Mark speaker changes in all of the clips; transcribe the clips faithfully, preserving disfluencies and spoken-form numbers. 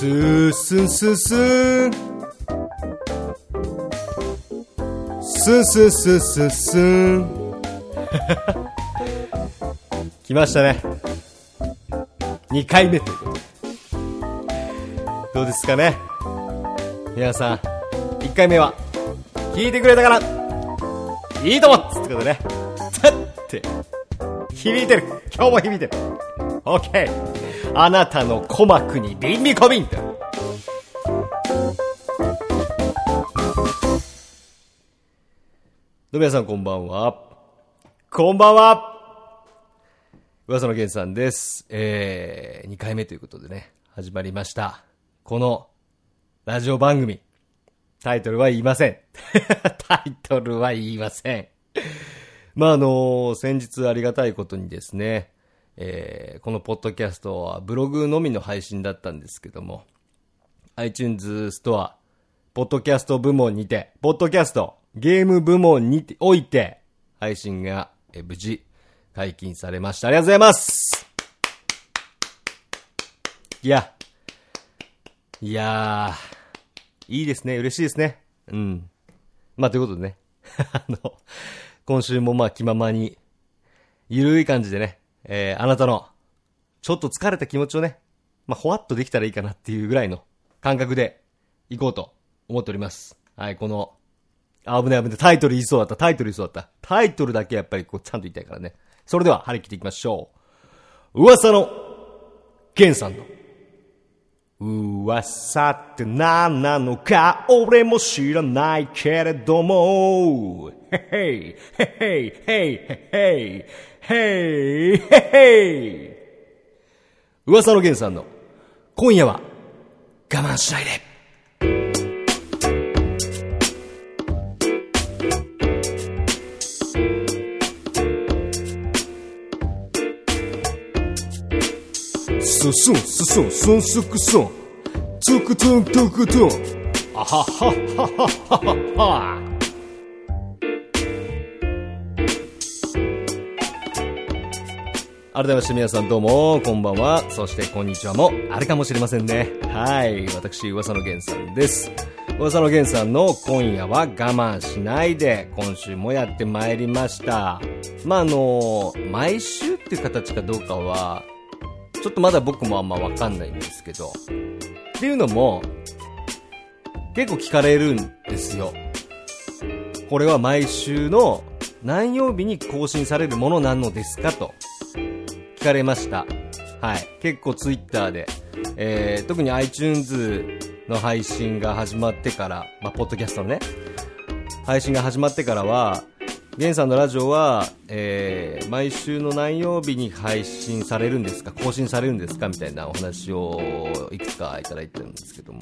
Speaker 1: スースンスースーンスースースースースーン来ましたね。にかいめということで、どうですかね皆さん。いっかいめは聞いてくれたからいいと思っつってことでね、だって響いてる、今日も響いてる。 OK、 あなたの鼓膜にビンビコビンって。どうも皆さんこんばんは。こんばんは。噂の源さんです。えー、にかいめということでね、始まりました。このラジオ番組、タイトルは言いません。タイトルは言いません。まあ、あの、先日ありがたいことにですね、えー、このポッドキャストはブログのみの配信だったんですけども、iTunes ストア、ポッドキャスト部門にて、ポッドキャスト、ゲーム部門にておいて、配信がえ無事解禁されました。ありがとうございます。いや、いやー、いいですね。嬉しいですね。うん。まあ、ということでね、あの、今週もまあ気ままに、ゆるい感じでね、えー、あなたの、ちょっと疲れた気持ちをね、まあ、ほわっとできたらいいかなっていうぐらいの感覚で行こうと思っております。はい、この、あぶねあぶね、タイトル言いそうだった、タイトル言いそうだった。タイトルだけやっぱりこう、ちゃんと言いたいからね。それでは、張り切っていきましょう。噂の、ゲンさんの、噂って何なのか俺も知らないけれども、へへい、へへい、へい、へへい、へい、へへい。噂のゲンさんの、今夜は我慢しないで。ススンススンスンスクスンツクトゥントゥクトゥンあはははははは。改めまして皆さんどうもこんばんは、そしてこんにちはもあるかもしれませんね。はい、私噂の源さんです。噂の源さんの今夜は我慢しないで、今週もやってまいりました。まああの毎週っていう形かどうかはちょっとまだ僕もあんまわかんないんですけど、っていうのも結構聞かれるんですよ。これは毎週の何曜日に更新されるものなのですかと聞かれました。はい、結構ツイッターで、えー、特に iTunes の配信が始まってから、まあポッドキャストのね配信が始まってからは、ゲンさんのラジオは、えー、毎週の何曜日に配信されるんですか、更新されるんですかみたいなお話をいくつかいただいてるんですけども、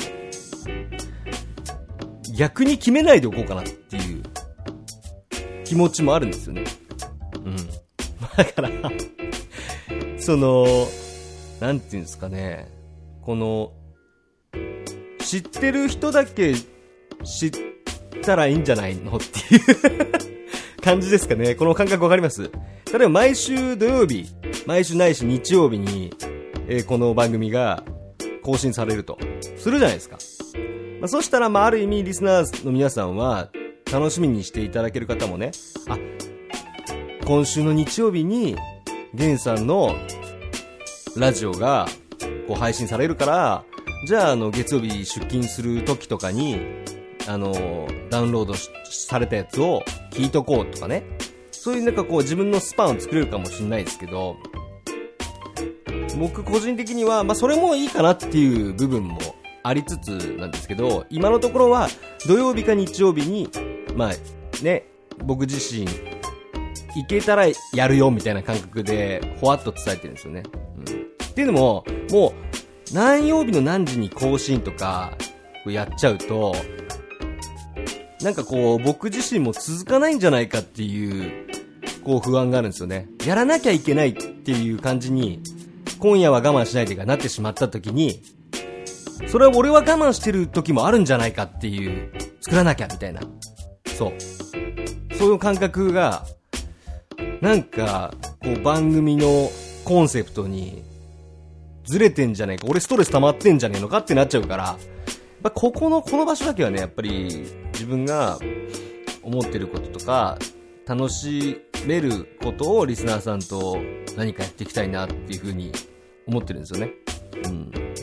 Speaker 1: 逆に決めないでおこうかなっていう気持ちもあるんですよね。うん。だからそのなんていうんですかね、この知ってる人だけ知ったらいいんじゃないのっていう感じですかね。この感覚わかります？例えば毎週土曜日、毎週ないし日曜日に、えー、この番組が更新されるとするじゃないですか。まあ、そしたら、まあ、ある意味リスナーの皆さんは楽しみにしていただける方もね、あ、今週の日曜日にゲンさんのラジオがこう配信されるから、じゃあ、あの月曜日出勤する時とかにあのダウンロードされたやつを聞いとこうとかね、そういうなんかこう自分のスパンを作れるかもしれないですけど、僕個人的にはまあそれもいいかなっていう部分もありつつなんですけど、今のところは土曜日か日曜日にまあね、僕自身いけたらやるよみたいな感覚でほわっと伝えてるんですよね。うん、っていうのももう何曜日の何時に更新とかやっちゃうと、なんかこう僕自身も続かないんじゃないかっていうこう不安があるんですよね。やらなきゃいけないっていう感じに今夜は我慢しないでがなってしまった時に、それは俺は我慢してる時もあるんじゃないかっていう、作らなきゃみたいな、そうそういう感覚がなんかこう番組のコンセプトにずれてんじゃねえか、俺ストレス溜まってんじゃねえのかってなっちゃうから、やっぱここの、この場所だけはね、やっぱり自分が思ってることとか、楽しめることをリスナーさんと何かやっていきたいなっていう風に思ってるんですよね。うん。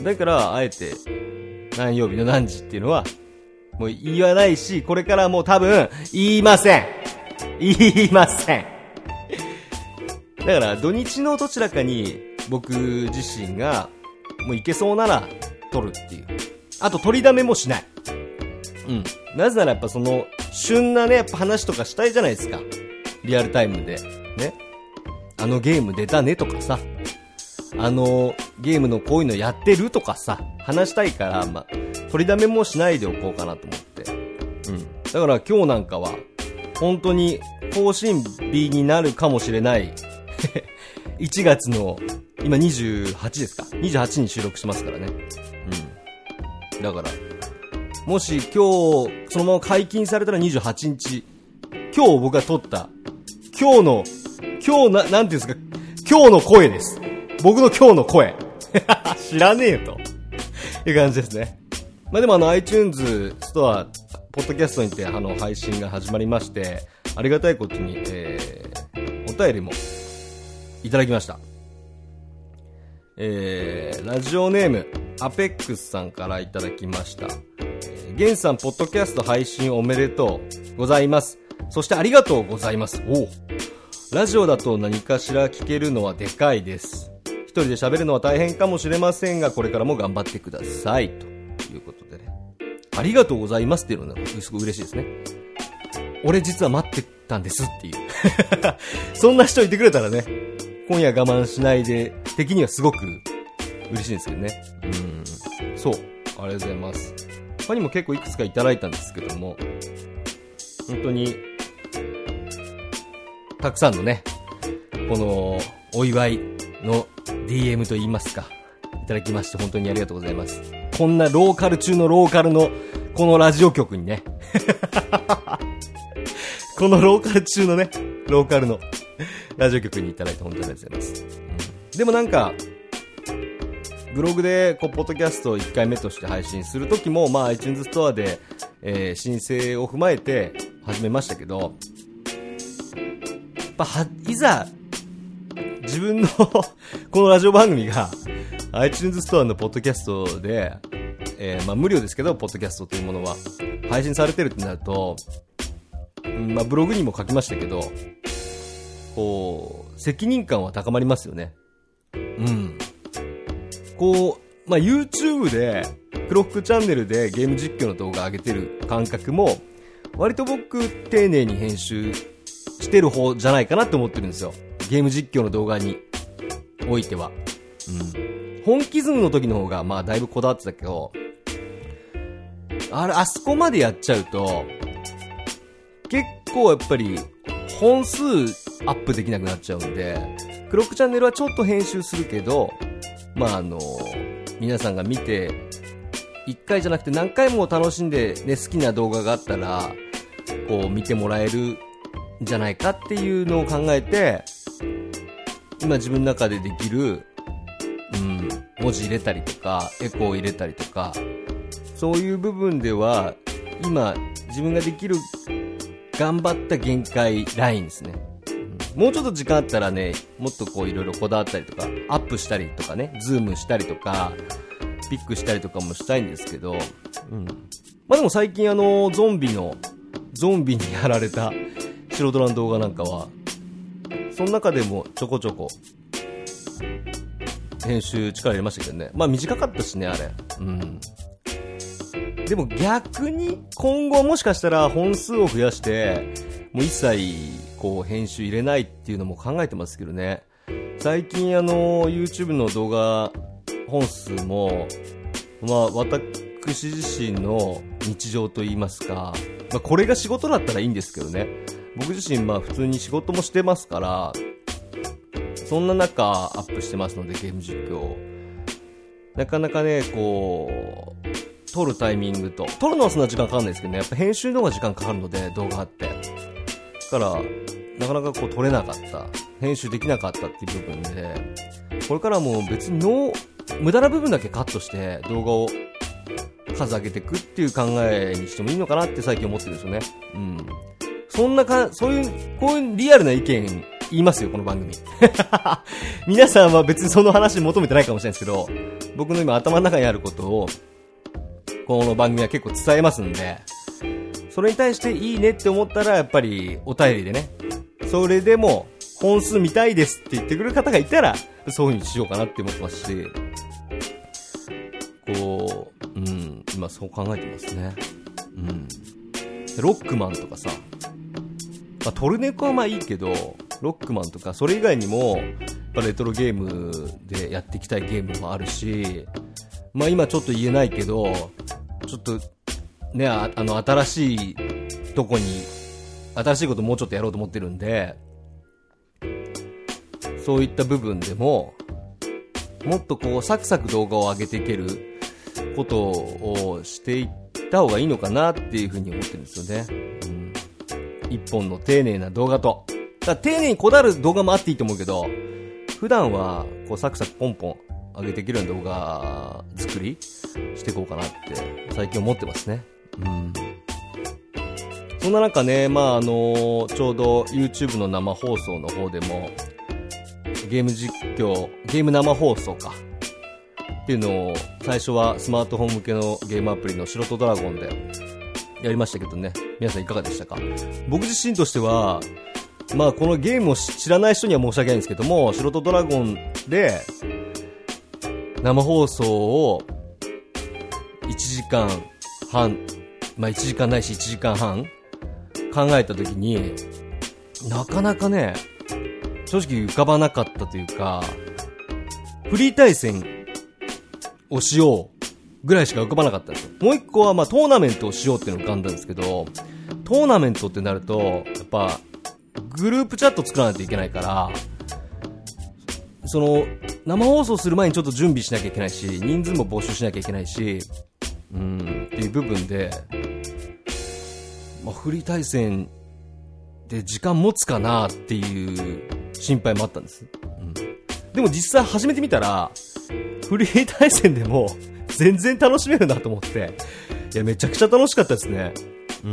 Speaker 1: だから、あえて、何曜日の何時っていうのは、もう言わないし、これからもう多分、言いません。言いません。だから、土日のどちらかに、僕自身が、もう行けそうなら、撮るっていう。あと、取りだめもしない。うん。なぜならやっぱその、旬なね、やっぱ話とかしたいじゃないですか。リアルタイムで。ね。あのゲーム出たねとかさ。あのゲームのこういうのやってるとかさ。話したいから、まあ、取りだめもしないでおこうかなと思って。うん。だから今日なんかは、本当に更新日になるかもしれない。いちがつの、今にじゅうはちですか ?にじゅうはち に収録してますからね。うん。だから、もし今日、そのまま解禁されたらにじゅうはちにち。今日僕が撮った、今日の、今日な、なんていうんですか、今日の声です。僕の今日の声。知らねえよと。いう感じですね。まあでもあの iTunes ストア、ポッドキャストにてあの配信が始まりまして、ありがたいことに、えー、お便りもいただきました。えー、ラジオネーム、アペックスさんからいただきました。えー、ゲンさん、ポッドキャスト配信おめでとうございます。そしてありがとうございます。おう。ラジオだと何かしら聞けるのはでかいです。一人で喋るのは大変かもしれませんが、これからも頑張ってください。ということでね。ありがとうございますっていうのがすごい嬉しいですね。俺実は待ってたんですっていう。そんな人いてくれたらね、今夜我慢しないで、的にはすごく嬉しいんですけどね。うん。そう。ありがとうございます。他にも結構いくつかいただいたんですけども、本当に、たくさんのね、この、お祝いの ディーエム と言いますか、いただきまして本当にありがとうございます。こんなローカル中のローカルの、このラジオ局にね、このローカル中のね、ローカルのラジオ局にいただいて本当にありがとうございます。うん、でもなんか、ブログで、こう、ポッドキャストをいっかいめとして配信するときも、まあ、iTunes ストアで、えー、申請を踏まえて始めましたけど、やっぱは、いざ、自分のこのラジオ番組が iTunes ストアのポッドキャストで、えー、まあ無料ですけど、ポッドキャストというものは配信されてるってなると、うん、まあブログにも書きましたけど、こう、責任感は高まりますよね。うん。こう、まあ YouTube で、クロックチャンネルでゲーム実況の動画上げてる感覚も、割と僕丁寧に編集してる方じゃないかなって思ってるんですよ。ゲーム実況の動画においては。うん。本気ズムの時の方が、まあだいぶこだわってたけど、あれ、あそこまでやっちゃうと、結構やっぱり、本数アップできなくなっちゃうんで、クロックチャンネルはちょっと編集するけど、まああの、皆さんが見て、一回じゃなくて何回も楽しんでね、好きな動画があったら、こう見てもらえるんじゃないかっていうのを考えて、今自分の中でできる、うん、文字入れたりとか、エコーを入れたりとか、そういう部分では、今自分ができる頑張った限界ラインですね。うん、もうちょっと時間あったらね、もっとこういろいろこだわったりとか、アップしたりとかね、ズームしたりとか、ピックしたりとかもしたいんですけど、うん。まあでも最近あの、ゾンビの、ゾンビにやられた白ドラの動画なんかは、その中でもちょこちょこ、編集力入れましたけどね。まあ短かったしね、あれ。うん。でも逆に今後もしかしたら本数を増やして、もう一切こう編集入れないっていうのも考えてますけどね。最近あの、YouTube の動画本数も、まあ私自身の日常といいますか、まあこれが仕事だったらいいんですけどね。僕自身まあ普通に仕事もしてますから、そんな中アップしてますので、ゲーム実況なかなかね、こう撮るタイミングと、撮るのはそんな時間かかんないですけどね、やっぱ編集の方が時間かかるので、動画あってだからなかなかこう撮れなかった、編集できなかったっていう部分で、これからも別にノー無駄な部分だけカットして動画を数上げていくっていう考えにしてもいいのかなって最近思ってるんですよね。うん。そんなか、そういう、こういうリアルな意見言いますよ、この番組。皆さんは別にその話求めてないかもしれないですけど、僕の今頭の中にあることを、この番組は結構伝えますんで、それに対していいねって思ったら、やっぱりお便りでね、それでも本数見たいですって言ってくる方がいたら、そういう風にしようかなって思ってますし、こう、うん、今そう考えてますね。うん。ロックマンとかさ、まあ、トルネコはまあいいけど、ロックマンとか、それ以外にも、やっぱレトロゲームでやっていきたいゲームもあるし、まあ今ちょっと言えないけど、ちょっと、ね、あ, あの、新しいとこに、新しいこともうちょっとやろうと思ってるんで、そういった部分でも、もっとこう、サクサク動画を上げていけることをしていった方がいいのかなっていうふうに思ってるんですよね。うん、一本の丁寧な動画と。だから丁寧にこだわる動画もあっていいと思うけど、普段はこうサクサクポンポン上げていけるような動画作りしていこうかなって最近思ってますね。うん。そんな中ね、まああのちょうど YouTube の生放送の方でもゲーム実況、ゲーム生放送かっていうのを最初はスマートフォン向けのゲームアプリの素人ドラゴンでやりましたけどね、皆さんいかがでしたか？僕自身としては、まあこのゲームを知らない人には申し訳ないんですけども、素人ドラゴンで生放送をいちじかんはん、まあいちじかんないしいちじかんはん考えたときに、なかなかね、正直浮かばなかったというか、フリー対戦をしようぐらいしか浮かばなかったんですよ。もう一個はまあトーナメントをしようっていうのが浮かんだんですけど、トーナメントってなるとやっぱグループチャット作らないといけないから、その生放送する前にちょっと準備しなきゃいけないし、人数も募集しなきゃいけないし、うーんっていう部分で、まあ、フリー対戦で時間持つかなっていう心配もあったんです、うん、でも実際始めてみたらフリー対戦でも全然楽しめるなと思って、いやめちゃくちゃ楽しかったですね。うん。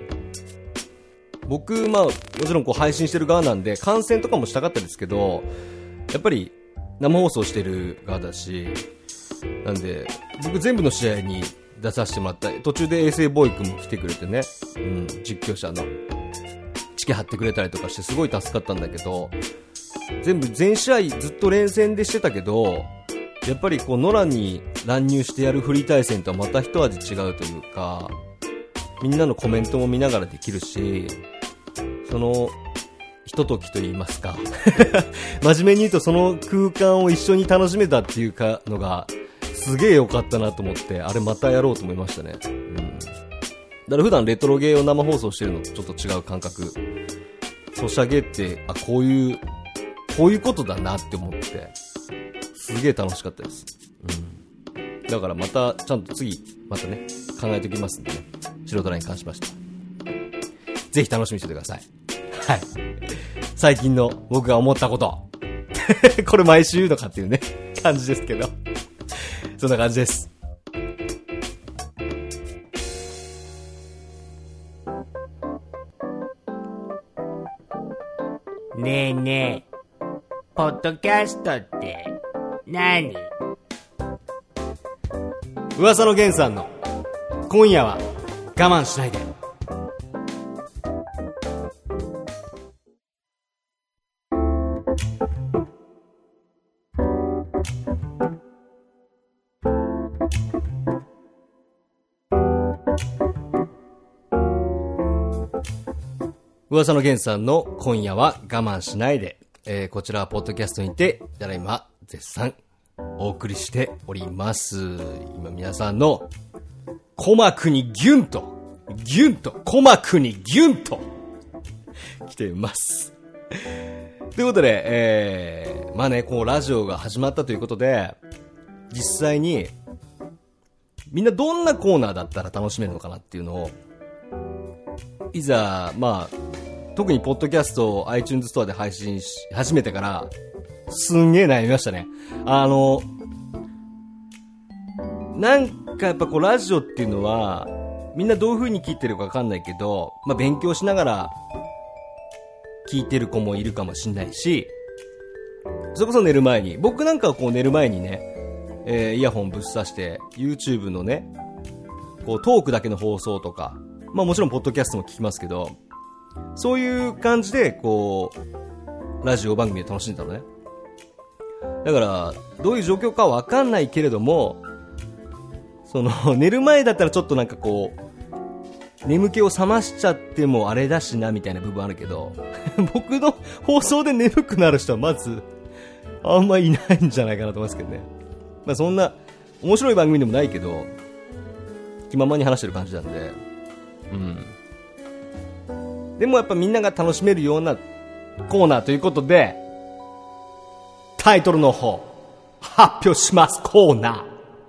Speaker 1: 僕まあもちろんこう配信してる側なんで観戦とかもしたかったですけど、やっぱり生放送してる側だし、なんで僕全部の試合に出させてもらった。途中で衛星ボーイ君も来てくれてね、うん、実況者のチケ貼ってくれたりとかしてすごい助かったんだけど、全部全試合ずっと連戦でしてたけど、やっぱりこう野良に乱入してやるフリー対戦とはまた一味違うというか、みんなのコメントも見ながらできるし、そのひとときと言いますか真面目に言うとその空間を一緒に楽しめたっていうかのがすげえ良かったなと思って、あれまたやろうと思いましたね。うん。だから普段レトロゲーを生放送してるのとちょっと違う感覚。ソシャゲって、あ、こういうこういうことだなって思って、すげえ楽しかったです。うん。だからまたちゃんと次またね考えておきますんでね。素人ラインに関しましたぜひ楽しみにしててください。はい。最近の僕が思ったことこれ毎週言うのかっていうね感じですけどそんな感じです。
Speaker 2: ねえねえ、ポッドキャストって何？
Speaker 1: 噂の源さんの今夜は我慢しないで。噂の源さんの今夜は我慢しないで、えー、こちらはポッドキャストにてただいま絶賛お送りしております。今皆さんの鼓膜にギュンとギュンと鼓膜にギュンと来ていますということで、えー、まあね、こうラジオが始まったということで、実際にみんなどんなコーナーだったら楽しめるのかなっていうのを、いざまあ特にポッドキャストを iTunes ストアで配信し始めてからすんげー悩みましたね。あのなんかやっぱこうラジオっていうのはみんなどういう風に聞いてるかわかんないけど、まあ勉強しながら聞いてる子もいるかもしんないし、それこそ寝る前に、僕なんかはこう寝る前にね、えー、イヤホンぶっ刺して YouTube のね、こうトークだけの放送とか、まあもちろんポッドキャストも聞きますけど、そういう感じでこうラジオ番組で楽しんだのね。だからどういう状況かわかんないけれども、その寝る前だったらちょっとなんかこう眠気を覚ましちゃってもあれだしなみたいな部分あるけど僕の放送で眠くなる人はまずあんまいないんじゃないかなと思いますけどね。まあそんな面白い番組でもないけど気ままに話してる感じなんで、うんでもやっぱみんなが楽しめるようなコーナーということで、タイトルの方発表します。コーナー、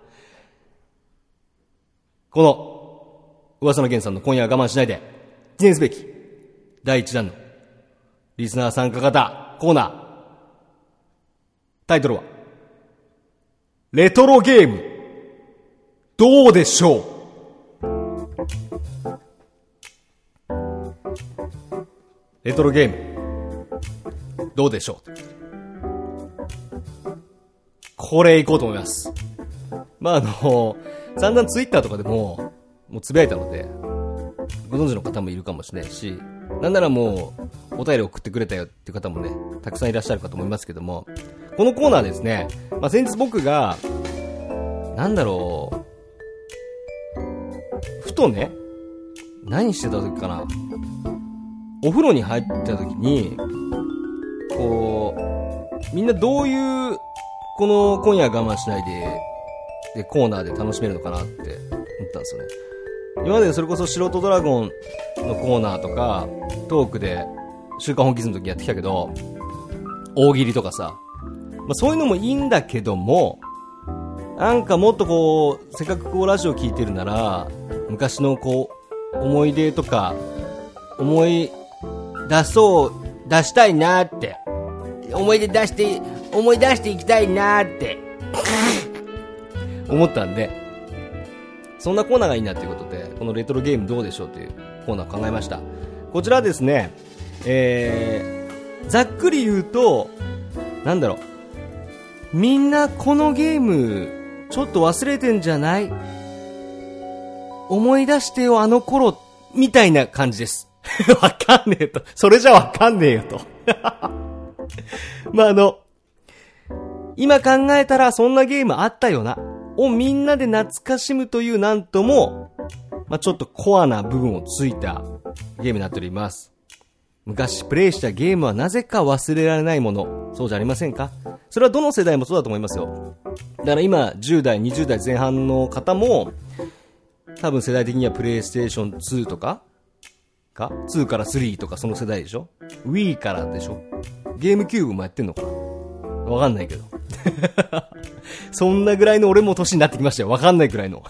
Speaker 1: この噂の源さんの今夜は我慢しないで記念すべきだいいちだんのリスナー参加型コーナー、タイトルはレトロゲームどうでしょう。レトロゲームどうでしょう。これいこうと思います。まああの散々ツイッターとかでももうつぶやいたのでご存知の方もいるかもしれないし、なんならもうお便り送ってくれたよっていう方もねたくさんいらっしゃるかと思いますけども、このコーナーですね、まあ、先日僕がなんだろうふとね何してた時かな、お風呂に入った時にこうみんなどういうこの今夜我慢しないででコーナーで楽しめるのかなって思ったんですよね。今までそれこそ素人ドラゴンのコーナーとかトークで週刊本気ズの時やってきたけど、大喜利とかさ、まあ、そういうのもいいんだけども、なんかもっとこうせっかくこうラジオ聞いてるなら昔のこう思い出とか思い出そう出したいなって思い出出して思い出していきたいなって思ったんで、そんなコーナーがいいなということでこのレトロゲームどうでしょうというコーナーを考えました。こちらですね、えー、ざっくり言うとなんだろう、みんなこのゲームちょっと忘れてんじゃない、思い出してよあの頃みたいな感じです。わかんねえと、それじゃわかんねえよとまああの今考えたらそんなゲームあったよなをみんなで懐かしむというなんとも、まあ、ちょっとコアな部分をついたゲームになっております。昔プレイしたゲームはなぜか忘れられないもの、そうじゃありませんか。それはどの世代もそうだと思いますよ。だから今じゅう代にじゅう代前半の方も多分世代的にはプレイステーションツーとかかツーからスリーとかその世代でしょ。 Wii からでしょ。ゲームキューブもやってんのかな、わかんないけどそんなぐらいの俺も年になってきましたよ。わかんないくらいの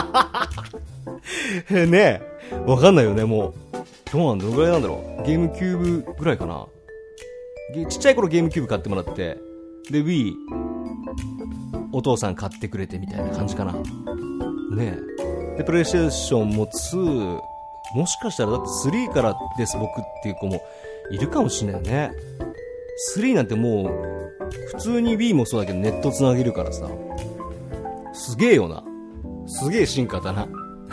Speaker 1: ねえ、わかんないよね。もうどうなんだ、どのぐらいなんだろう。ゲームキューブぐらいかな。ちっちゃい頃ゲームキューブ買ってもらって、で Wii お父さん買ってくれてみたいな感じかな。ねえ、でプレイステーションもツー、もしかしたらだってスリーからです僕っていう子もいるかもしれないよね。スリーなんてもう普通に Wii もそうだけどネットつなげるからさ、すげえよな、すげえ進化だな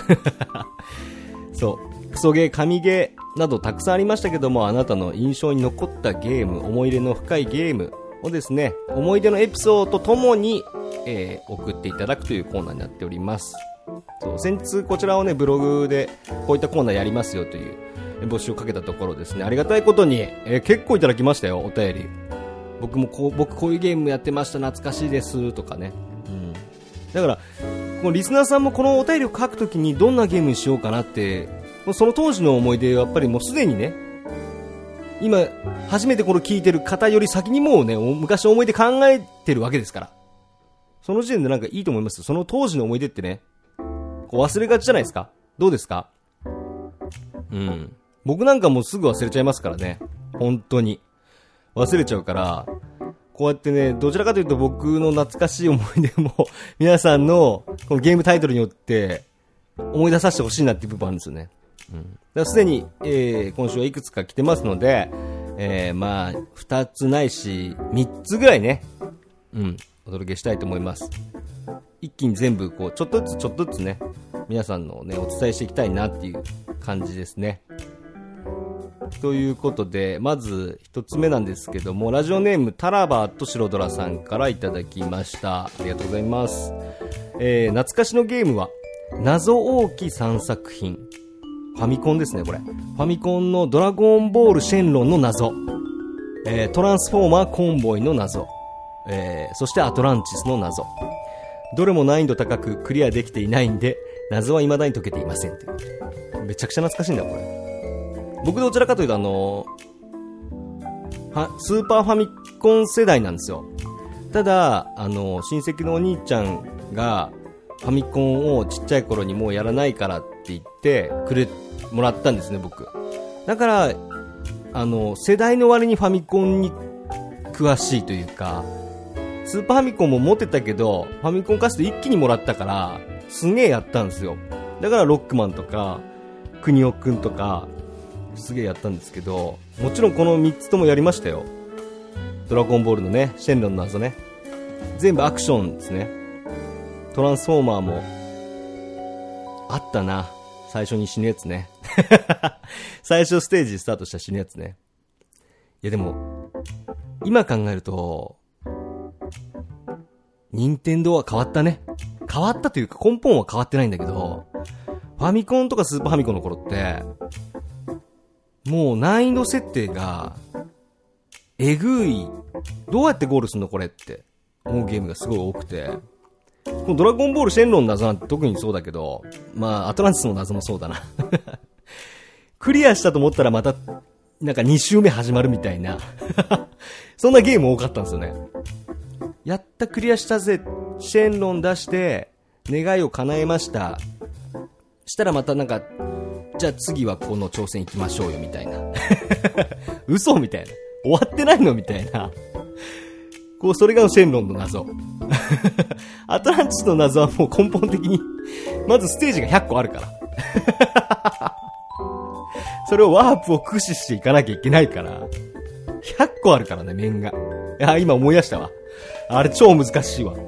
Speaker 1: そうクソゲー神ゲーなどたくさんありましたけども、あなたの印象に残ったゲーム、思い入れの深いゲームをですね、思い出のエピソードとともに、えー、送っていただくというコーナーになっております。そう先日こちらをねブログでこういったコーナーやりますよという募集をかけたところですね、ありがたいことに、えー、結構いただきましたよ、お便り。僕もこう僕こういうゲームやってました、懐かしいですとかね、うん、だからこのリスナーさんもこのお便りを書くときにどんなゲームにしようかなって、その当時の思い出をやっぱりもうすでにね、今初めてこれ聞いてる方より先にもうね昔の思い出考えてるわけですから、その時点でなんかいいと思います。その当時の思い出ってねこう忘れがちじゃないですか。どうですか。うん、僕なんかもうすぐ忘れちゃいますからね、本当に忘れちゃうから、 こうやってね、どちらかというと僕の懐かしい思い出も皆さんのこのゲームタイトルによって思い出させてほしいなっていう部分あるんですよね。うん、だからすでに、えー、今週はいくつか来てますので、えー、まあふたつないしみっつぐらいね、うん、お届けしたいと思います。一気に全部こうちょっとずつちょっとずつね、皆さんのねお伝えしていきたいなっていう感じですね。ということで、まず一つ目なんですけども、ラジオネームタラバーと白ドラさんからいただきました。ありがとうございます。えー、懐かしのゲームは謎多きさんさく品。ファミコンですね、これ。ファミコンのドラゴンボールシェンロンの謎、えー、トランスフォーマーコンボイの謎、えー、そしてアトランティスの謎。どれも難易度高くクリアできていないんで、謎は未だに解けていませんという。めちゃくちゃ懐かしいんだよ、これ。僕どちらかというとあのはスーパーファミコン世代なんですよ。ただあの親戚のお兄ちゃんがファミコンをちっちゃい頃にもうやらないからって言ってくれもらったんですね、僕。だからあの世代の割にファミコンに詳しいというか、スーパーファミコンも持ってたけどファミコンカセット一気にもらったからすげえやったんですよ。だからロックマンとかクニオくんとかすげえやったんですけど、もちろんこのみっつともやりましたよ。ドラゴンボールのね、シェンロンの謎ね、全部アクションですね。トランスフォーマーもあったな、最初に死ぬやつね最初ステージスタートした死ぬやつね。いやでも今考えると任天堂は変わったね。変わったというか根本は変わってないんだけど、ファミコンとかスーパーファミコンの頃ってもう難易度設定がえぐい、どうやってゴールするのこれって思うゲームがすごい多くて、このドラゴンボールシェンロンの謎なんて特にそうだけど、まあアトランティスの謎もそうだなクリアしたと思ったらまたなんかに周目始まるみたいなそんなゲーム多かったんですよね。やったクリアしたぜ、シェンロン出して願いを叶えました、したらまたなんかじゃあ次はこの挑戦行きましょうよみたいな嘘みたいな、終わってないのみたいな、こうそれがシェンロンの謎アトランティスの謎はもう根本的にまずステージがひゃっこあるからそれをワープを駆使していかなきゃいけないからひゃっこあるからね、面が。いや今思い出したわ、あれ超難しいわ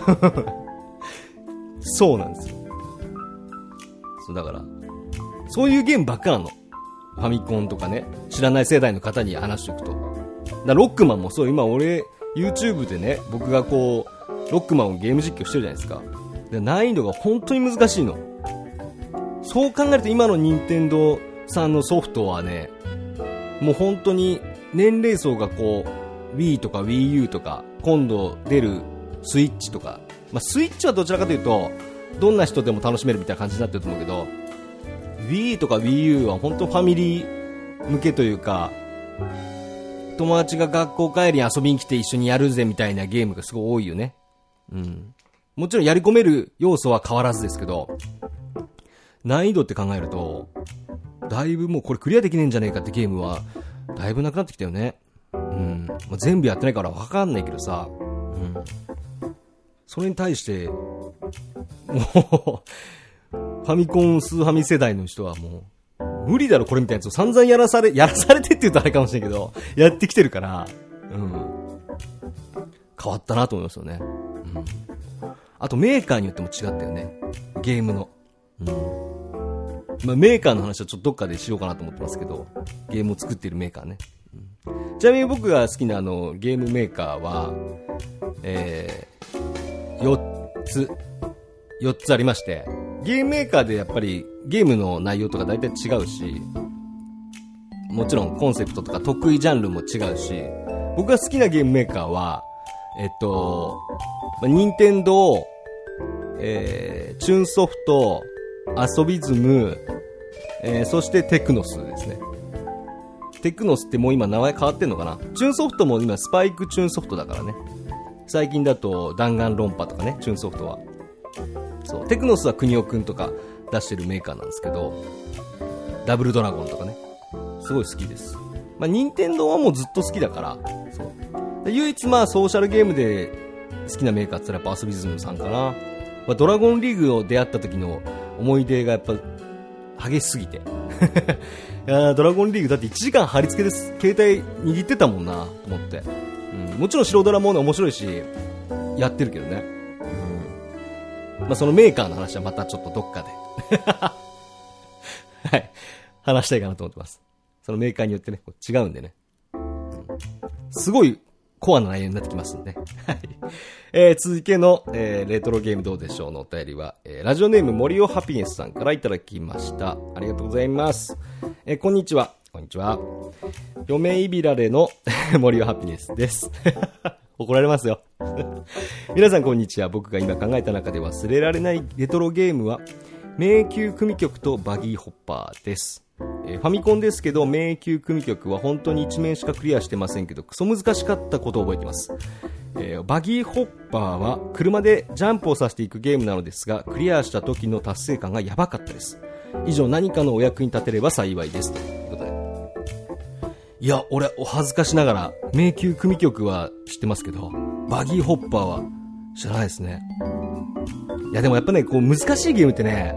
Speaker 1: そうなんですよ。そうだからそういうゲームばっかなの、ファミコンとかね。知らない世代の方に話しておくと、だロックマンもそう。今俺 YouTube でね、僕がこうロックマンをゲーム実況してるじゃないですか。で難易度が本当に難しいの。そう考えると今の任天堂さんのソフトはね、もう本当に年齢層がこう Wii とか WiiU とか今度出るスイッチとか、まあ、スイッチはどちらかというとどんな人でも楽しめるみたいな感じになってると思うけど、Wii とか WiiU は本当ファミリー向けというか、友達が学校帰りに遊びに来て一緒にやるぜみたいなゲームがすごい多いよね。うん。もちろんやり込める要素は変わらずですけど、難易度って考えるとだいぶもうこれクリアできねえんじゃねえかってゲームはだいぶなくなってきたよね。うん。まあ、全部やってないから分かんないけどさ、うん。それに対してもうファミコンスーファミ世代の人はもう無理だろこれみたいなやつを散々やらされやらされてって言うとあれかもしれんけどやってきてるから、うん、変わったなと思いますよね。うん、あとメーカーによっても違ったよね、ゲームの。うん、まあ、メーカーの話はちょっとどっかでしようかなと思ってますけど、ゲームを作っているメーカーね。うん、ちなみに僕が好きなあのゲームメーカーは、えー、よっつよっつありまして、ゲームメーカーでやっぱりゲームの内容とか大体違うし、もちろんコンセプトとか得意ジャンルも違うし、僕が好きなゲームメーカーはえっと任天堂、えー、チューンソフト、アソビズム、えー、そしてテクノスですね。テクノスってもう今名前変わってんのかな。チューンソフトも今スパイクチューンソフトだからね。最近だと弾丸論破とかね、チューンソフトは。そう、テクノスは国尾くんとか出してるメーカーなんですけど、ダブルドラゴンとかね、すごい好きです。まあ任天堂はもうずっと好きだから、そう。 唯一まあソーシャルゲームで好きなメーカーって言ったらやっぱアスビズムさんかな。まあ、ドラゴンリーグを出会った時の思い出がやっぱ激しすぎていやドラゴンリーグだっていちじかん貼り付けです。携帯握ってたもんなと思って、うん、もちろん白ドラも、ね、面白いしやってるけどね、うんまあ、そのメーカーの話はまたちょっとどっかではい話したいかなと思ってます。そのメーカーによってね違うんでね、うん、すごいコアな内容になってきますんで、はいえー、続けの、えー、レトロゲームどうでしょうのお便りは、えー、ラジオネーム森尾ハピネスさんからいただきました。ありがとうございます。えー、こんにちは。こんにちは。嫁いびられの森尾ハピネスです。怒られますよ。皆さんこんにちは。僕が今考えた中で忘れられないレトロゲームは迷宮組曲とバギーホッパーです。えー、ファミコンですけど迷宮組曲は本当に一面しかクリアしてませんけどクソ難しかったことを覚えています。えー、バギーホッパーは車でジャンプをさせていくゲームなのですがクリアした時の達成感がやばかったです。以上何かのお役に立てれば幸いですということで、いや俺お恥ずかしながら迷宮組曲は知ってますけどバギーホッパーは知らないですね。いやでもやっぱねこう難しいゲームってね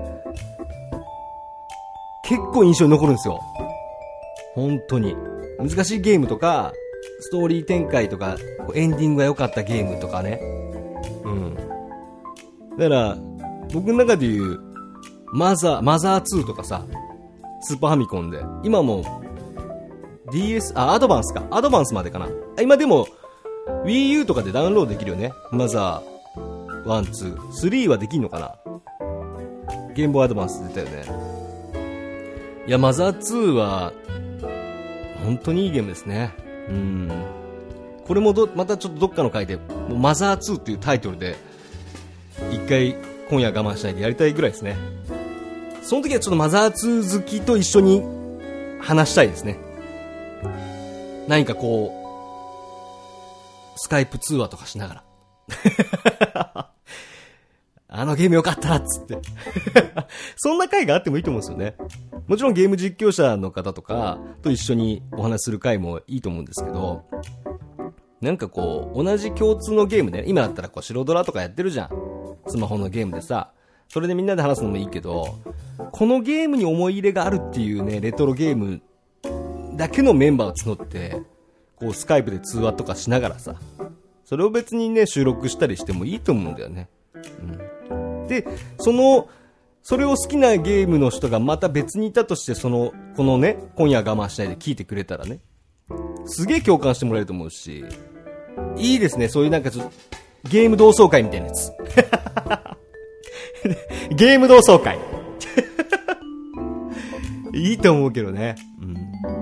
Speaker 1: 結構印象に残るんですよ。本当に難しいゲームとかストーリー展開とかエンディングが良かったゲームとかね、うんだから僕の中で言うマザーマザーツーとかさスーパーファミコンで今も ディーエス あアドバンスかアドバンスまでかな今でも WiiU とかでダウンロードできるよね。マザーワン、ツー、スリーはできんのかな。ゲームボーイアドバンス出たよね。いやマザーツーは本当にいいゲームですね。うんこれもどまたちょっとどっかの回でマザーツーっていうタイトルで一回今夜我慢しないでやりたいぐらいですね。その時はちょっとマザーツー好きと一緒に話したいですね。何かこうスカイプ通話とかしながらあのゲームよかったっつってそんな回があってもいいと思うんですよね。もちろんゲーム実況者の方とかと一緒にお話しする回もいいと思うんですけど、なんかこう同じ共通のゲームで、今だったらこう白ドラとかやってるじゃんスマホのゲームでさ、それでみんなで話すのもいいけどこのゲームに思い入れがあるっていうねレトロゲームだけのメンバーを募ってこうスカイプで通話とかしながらさ、それを別にね収録したりしてもいいと思うんだよね。うん、でそのそれを好きなゲームの人がまた別にいたとして、そのこのね今夜我慢しないで聞いてくれたらねすげえ共感してもらえると思うし、いいですね。そういうなんかちょっとゲーム同窓会みたいなやつゲーム同窓会いいと思うけどね、うん、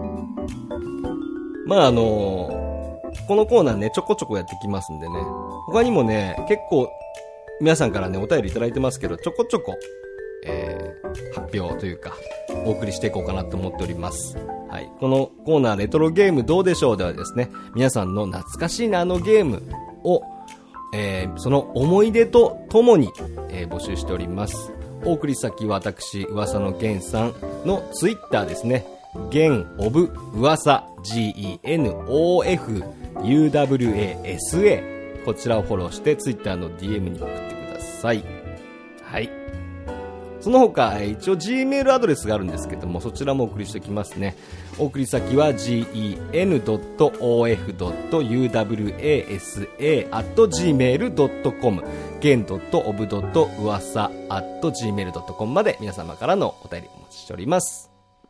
Speaker 1: まああのー、このコーナーねちょこちょこやってきますんでね、他にもね結構皆さんからねお便りいただいてますけどちょこちょこ、えー、発表というかお送りしていこうかなと思っております。はい、このコーナーレトロゲームどうでしょうではですね、皆さんの懐かしいなあのゲームを、えー、その思い出とともに、えー、募集しております。お送り先は私噂のゲンさんのツイッターですね。ゲンオブ噂 ジーイーエヌオーエフユーダブリューエーエスエー こちらをフォローしてツイッターの ディーエム に送ってください。はい。その他一応 G メールアドレスがあるんですけども、そちらもお送りしておきますね。お送り先は ジーイーエヌドットオーエフドットユーダブリューエーエスエー アット ジーメールドットコム ゲンドットオブドットウワサ アット ジーメールドットコム まで皆様からのお便りお待ちしております。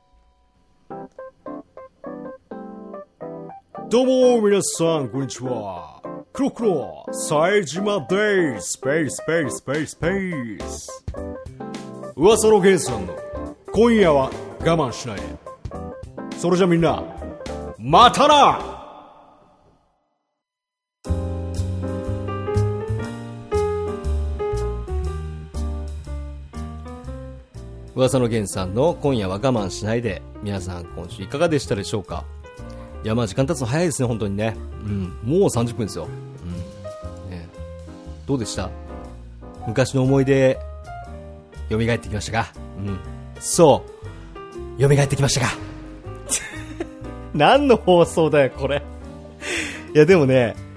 Speaker 3: どうも皆さんこんにちは。クロクロ冴島です。スペーススペーススペーススペース。噂のゲンさんの今夜は我慢しないで。それじゃみんなまたな。
Speaker 1: 噂のゲンさんの今夜は我慢しないで。皆さん今週いかがでしたでしょうか。いやまあ時間経つの早いですね本当にね、うん、もうさんじゅっぷんですよ、うんね、どうでした。昔の思い出蘇ってきましたか。うん、そう蘇ってきましたか何の放送だよこれいやでもね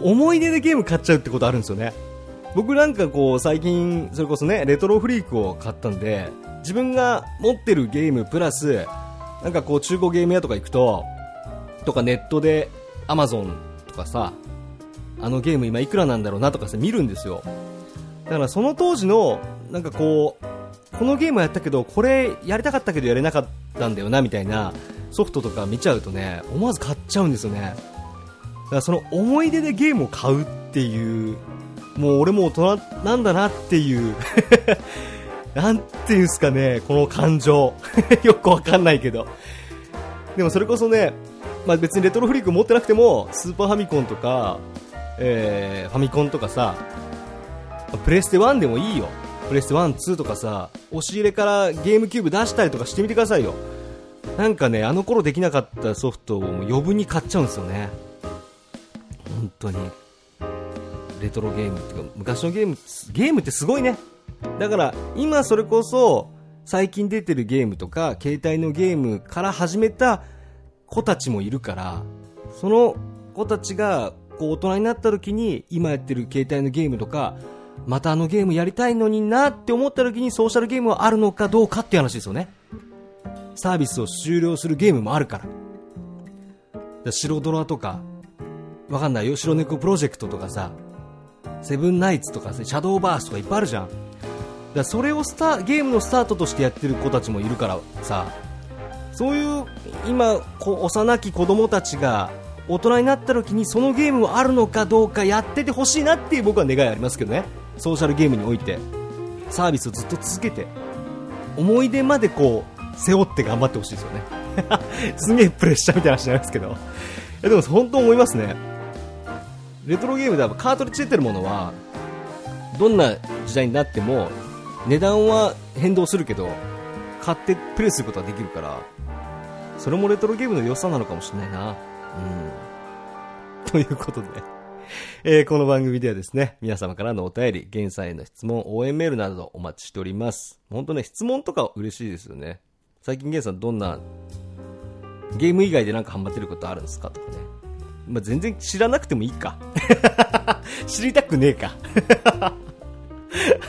Speaker 1: 思い出でゲーム買っちゃうってことあるんですよね。僕なんかこう最近それこそねレトロフリークを買ったんで、自分が持ってるゲームプラスなんかこう中古ゲーム屋とか行くととかネットで アマゾン とかさ、あのゲーム今いくらなんだろうなとかさ見るんですよ。だからその当時のなんかこうこのゲームやったけどこれやりたかったけどやれなかったんだよなみたいなソフトとか見ちゃうとね、思わず買っちゃうんですよね。だからその思い出でゲームを買うっていう、もう俺も大人なんだなっていうなんていうんすかね、この感情よくわかんないけど、でもそれこそね、まあ、別にレトロフリーク持ってなくてもスーパーファミコンとか、えー、ファミコンとかさ、プレステワンでもいいよ、プレステワン、ツーとかさ、押し入れからゲームキューブ出したりとかしてみてくださいよ。なんかね、あの頃できなかったソフトを余分に買っちゃうんですよね。本当にレトロゲームっていうか昔のゲーム、ゲームってすごいね。だから今それこそ最近出てるゲームとか携帯のゲームから始めた子たちもいるから、その子たちがこう大人になった時に今やってる携帯のゲームとか、またあのゲームやりたいのになって思った時にソーシャルゲームはあるのかどうかっていう話ですよね。サービスを終了するゲームもあるから。だから白ドラとかわかんないよ、白猫プロジェクトとかさ、セブンナイツとかシャドーバースとかいっぱいあるじゃん。だからそれをスタゲームのスタートとしてやってる子たちもいるからさ、そういう今こ幼き子供たちが大人になった時にそのゲームはあるのかどうかやっててほしいなっていう僕は願いありますけどね。ソーシャルゲームにおいてサービスをずっと続けて思い出までこう背負って頑張ってほしいですよねすげえプレッシャーみたいな話になりますけど、いやでも本当思いますね。レトロゲームではカートリッジ出てるものはどんな時代になっても値段は変動するけど買ってプレイすることができるから、それもレトロゲームの良さなのかもしれないな。うんということで、えー、この番組ではですね、皆様からのお便り、ゲンさんへの質問、応援メールなどお待ちしております。本当ね、質問とか嬉しいですよね。最近ゲンさんどんなゲーム以外でなんかハマってることあるんですかとかね。まあ、全然知らなくてもいいか知りたくねえかはい、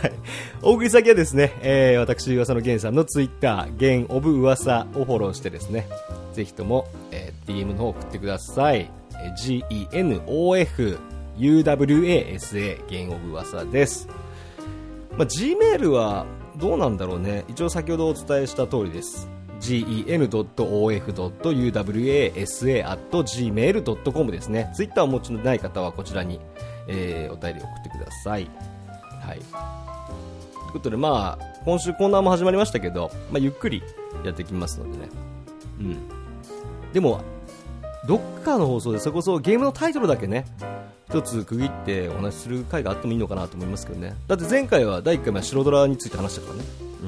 Speaker 1: お送り先はですね、えー、私噂のゲンさんのツイッターゲンオブ噂をフォローしてですね、ぜひとも、えー、ディーエム の方送ってください。 ジーイーエヌオーエフユーダブリューエーエスエー ゲンオブ噂です。まあ、Gmail はどうなんだろうね。一応先ほどお伝えした通りです。ジーイーエヌドットオーエフドットユーダブリューエーエスエー アットジーメールドットコム ですね。ツイッターをお持ちのない方はこちらに、えー、お便りを送ってください。はい。ということで、まあ今週コーナーも始まりましたけど、まあ、ゆっくりやっていきますのでね。うん。でもどっかの放送でそれこそゲームのタイトルだけね、一つ区切ってお話しする回があってもいいのかなと思いますけどね。だって前回はだいいっかいめは白ドラについて話したからね。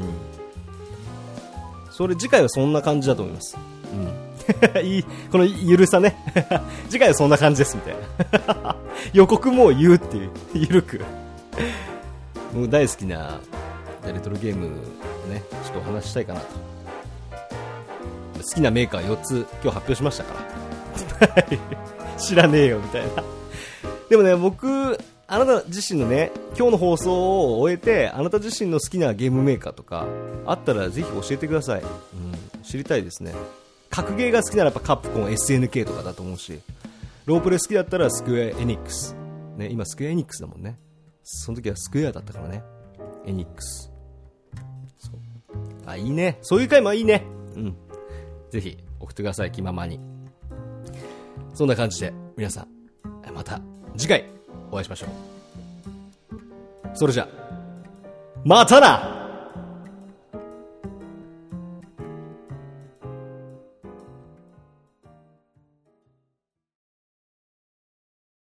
Speaker 1: うん。それ次回はそんな感じだと思います。うん。いい、このゆるさね。次回はそんな感じですみたいな。予告もう言うっていう、ゆるく。もう大好きなレトロゲームね、ちょっとお話ししたいかなと。好きなメーカーよっつ今日発表しましたから。知らねえよみたいな。でもね、僕あなた自身のね、今日の放送を終えてあなた自身の好きなゲームメーカーとかあったらぜひ教えてください。うん、知りたいですね。格ゲーが好きならやっぱカップコン エスエヌケー とかだと思うし、ロープレ好きだったらスクエアエニックス、ね、今スクエアエニックスだもんね。その時はスクエアだったからね、エニックス。そう、あ、いいね、そういう回もいいね。うん、ぜひ送ってください、気ままに。そんな感じで皆さんまた次回お会いしましょう。それじゃまたな。